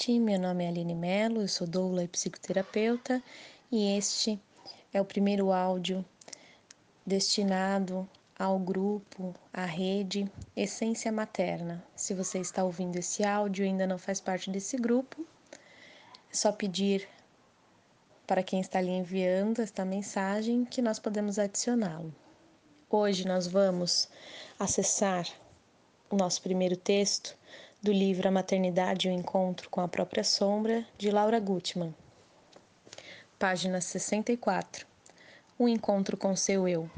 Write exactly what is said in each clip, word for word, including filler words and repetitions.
noite, meu nome é Aline Mello, eu sou doula e psicoterapeuta e este é o primeiro áudio destinado ao grupo, à rede Essência Materna. Se você está ouvindo esse áudio e ainda não faz parte desse grupo, é só pedir para quem está lhe enviando esta mensagem que nós podemos adicioná-lo. Hoje nós vamos acessar o nosso primeiro texto do livro A Maternidade e o Encontro com a Própria Sombra, de Laura Gutman. Página sessenta e quatro. O encontro com seu eu.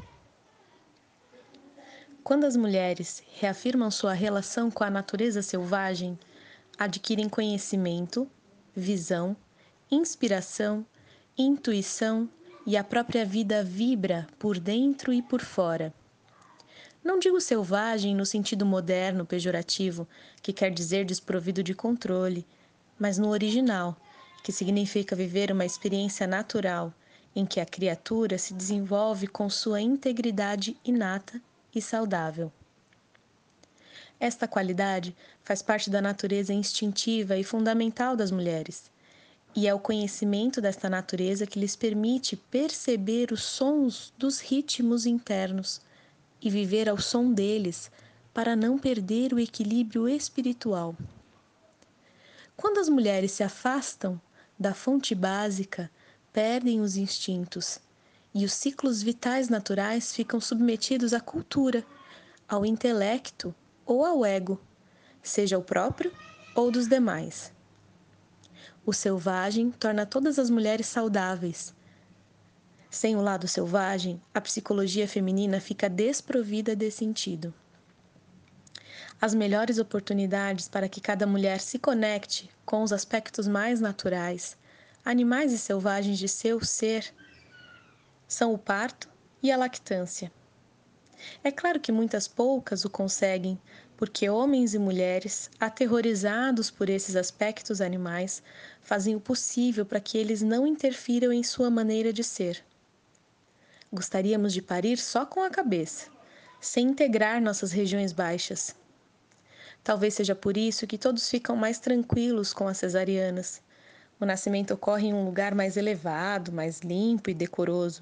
Quando as mulheres reafirmam sua relação com a natureza selvagem, adquirem conhecimento, visão, inspiração, intuição e a própria vida vibra por dentro e por fora. Não digo selvagem no sentido moderno pejorativo, que quer dizer desprovido de controle, mas no original, que significa viver uma experiência natural, em que a criatura se desenvolve com sua integridade inata e saudável. Esta qualidade faz parte da natureza instintiva e fundamental das mulheres, e é o conhecimento desta natureza que lhes permite perceber os sons dos ritmos internos e viver ao som deles para não perder o equilíbrio espiritual. Quando as mulheres se afastam da fonte básica, perdem os instintos e os ciclos vitais naturais ficam submetidos à cultura, ao intelecto ou ao ego, seja o próprio ou dos demais. O selvagem torna todas as mulheres saudáveis. Sem o lado selvagem, a psicologia feminina fica desprovida de sentido. As melhores oportunidades para que cada mulher se conecte com os aspectos mais naturais, animais e selvagens de seu ser, são o parto e a lactância. É claro que muitas poucas o conseguem, porque homens e mulheres, aterrorizados por esses aspectos animais, fazem o possível para que eles não interfiram em sua maneira de ser. Gostaríamos de parir só com a cabeça, sem integrar nossas regiões baixas. Talvez seja por isso que todos ficam mais tranquilos com as cesarianas. O nascimento ocorre em um lugar mais elevado, mais limpo e decoroso.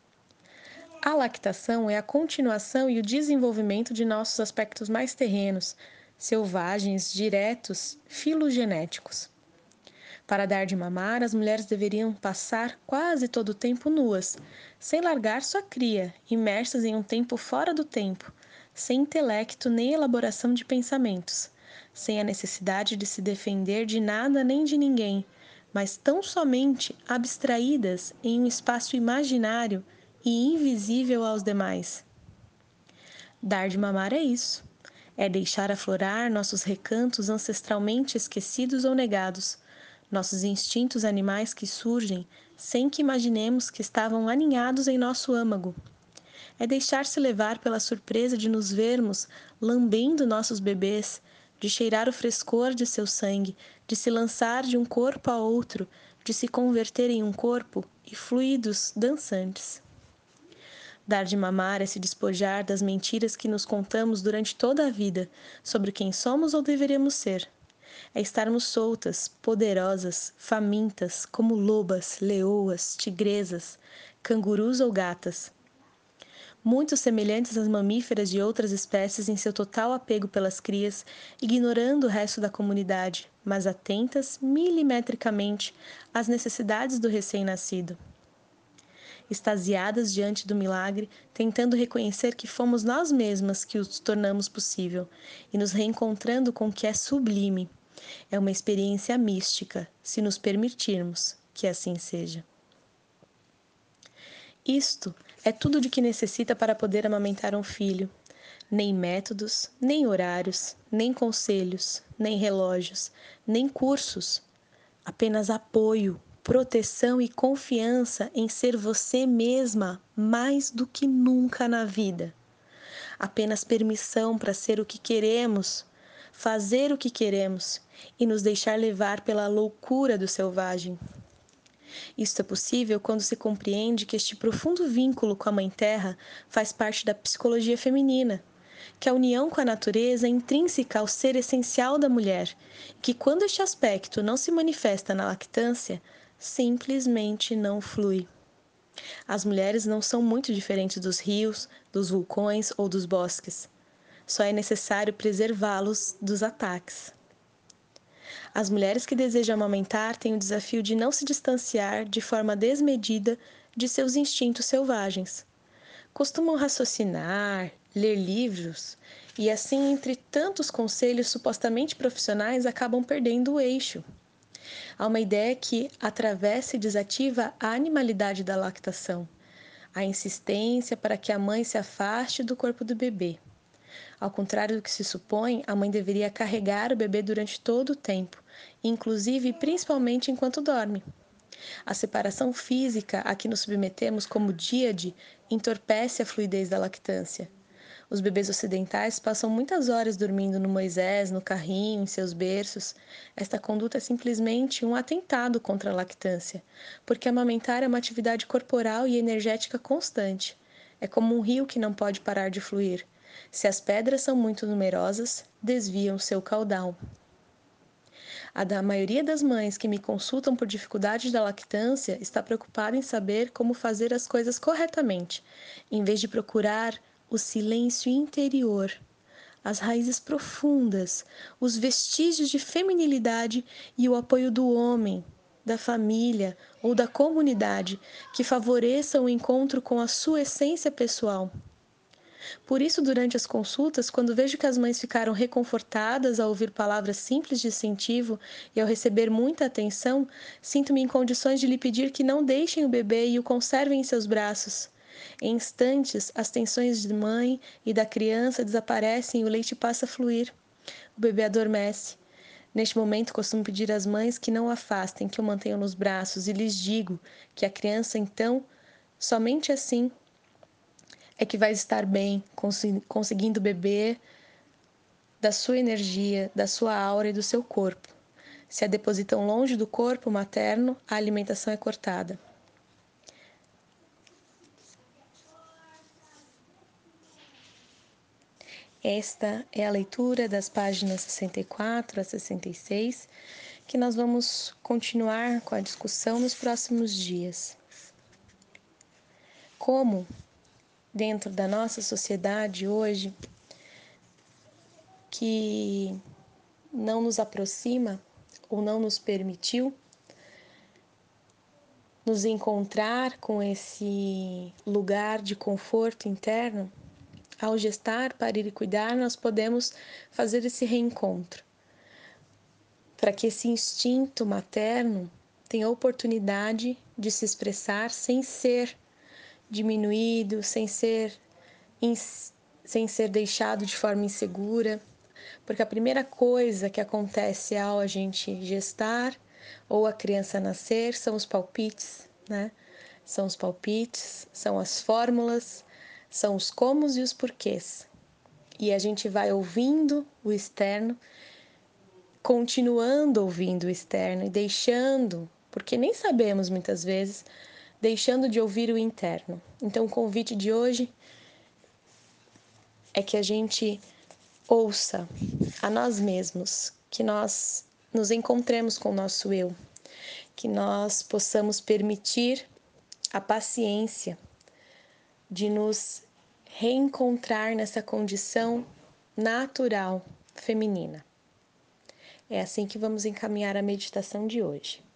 A lactação é a continuação e o desenvolvimento de nossos aspectos mais terrenos, selvagens, diretos, filogenéticos. Para dar de mamar, as mulheres deveriam passar quase todo o tempo nuas, sem largar sua cria, imersas em um tempo fora do tempo, sem intelecto nem elaboração de pensamentos, sem a necessidade de se defender de nada nem de ninguém, mas tão somente abstraídas em um espaço imaginário e invisível aos demais. Dar de mamar é isso. É deixar aflorar nossos recantos ancestralmente esquecidos ou negados, nossos instintos animais que surgem sem que imaginemos que estavam aninhados em nosso âmago. É deixar-se levar pela surpresa de nos vermos lambendo nossos bebês, de cheirar o frescor de seu sangue, de se lançar de um corpo a outro, de se converter em um corpo e fluidos dançantes. Dar de mamar é se despojar das mentiras que nos contamos durante toda a vida sobre quem somos ou deveríamos ser. É estarmos soltas, poderosas, famintas, como lobas, leoas, tigresas, cangurus ou gatas. Muito semelhantes às mamíferas de outras espécies em seu total apego pelas crias, ignorando o resto da comunidade, mas atentas milimetricamente às necessidades do recém-nascido. Extasiadas diante do milagre, tentando reconhecer que fomos nós mesmas que os tornamos possível e nos reencontrando com o que é sublime. É uma experiência mística, se nos permitirmos que assim seja. Isto é tudo de que necessita para poder amamentar um filho. Nem métodos, nem horários, nem conselhos, nem relógios, nem cursos. Apenas apoio, proteção e confiança em ser você mesma mais do que nunca na vida. Apenas permissão para ser o que queremos, fazer o que queremos e nos deixar levar pela loucura do selvagem. Isto é possível quando se compreende que este profundo vínculo com a Mãe Terra faz parte da psicologia feminina, que a união com a natureza é intrínseca ao ser essencial da mulher, e que quando este aspecto não se manifesta na lactância, simplesmente não flui. As mulheres não são muito diferentes dos rios, dos vulcões ou dos bosques. Só é necessário preservá-los dos ataques. As mulheres que desejam amamentar têm o desafio de não se distanciar de forma desmedida de seus instintos selvagens. Costumam raciocinar, ler livros e, assim, entre tantos conselhos supostamente profissionais, acabam perdendo o eixo. Há uma ideia que atravessa e desativa a animalidade da lactação, a insistência para que a mãe se afaste do corpo do bebê. Ao contrário do que se supõe, a mãe deveria carregar o bebê durante todo o tempo, inclusive e principalmente enquanto dorme. A separação física a que nos submetemos como díade entorpece a fluidez da lactância. Os bebês ocidentais passam muitas horas dormindo no Moisés, no carrinho, em seus berços. Esta conduta é simplesmente um atentado contra a lactância, porque amamentar é uma atividade corporal e energética constante. É como um rio que não pode parar de fluir. Se as pedras são muito numerosas, desviam seu caudal. A da maioria das mães que me consultam por dificuldades da lactância está preocupada em saber como fazer as coisas corretamente, em vez de procurar o silêncio interior, as raízes profundas, os vestígios de feminilidade e o apoio do homem, da família ou da comunidade que favoreçam o encontro com a sua essência pessoal. Por isso, durante as consultas, quando vejo que as mães ficaram reconfortadas ao ouvir palavras simples de incentivo e ao receber muita atenção, sinto-me em condições de lhe pedir que não deixem o bebê e o conservem em seus braços. Em instantes, as tensões de mãe e da criança desaparecem e o leite passa a fluir. O bebê adormece. Neste momento, costumo pedir às mães que não o afastem, que o mantenham nos braços e lhes digo que a criança, então, somente assim, é que vai estar bem, conseguindo beber da sua energia, da sua aura e do seu corpo. Se a depositam longe do corpo materno, a alimentação é cortada. Esta é a leitura das páginas sessenta e quatro a sessenta e seis, que nós vamos continuar com a discussão nos próximos dias. Como, dentro da nossa sociedade hoje, que não nos aproxima ou não nos permitiu nos encontrar com esse lugar de conforto interno, ao gestar, parir e cuidar, nós podemos fazer esse reencontro, para que esse instinto materno tenha a oportunidade de se expressar sem ser diminuído, sem ser, sem ser deixado de forma insegura, porque a primeira coisa que acontece ao a gente gestar ou a criança nascer são os palpites, né? São os palpites, são as fórmulas, são os comos e os porquês. E a gente vai ouvindo o externo, continuando ouvindo o externo e deixando, porque nem sabemos muitas vezes, deixando de ouvir o interno. Então o convite de hoje é que a gente ouça a nós mesmos, que nós nos encontremos com o nosso eu, que nós possamos permitir a paciência de nos reencontrar nessa condição natural feminina. É assim que vamos encaminhar a meditação de hoje.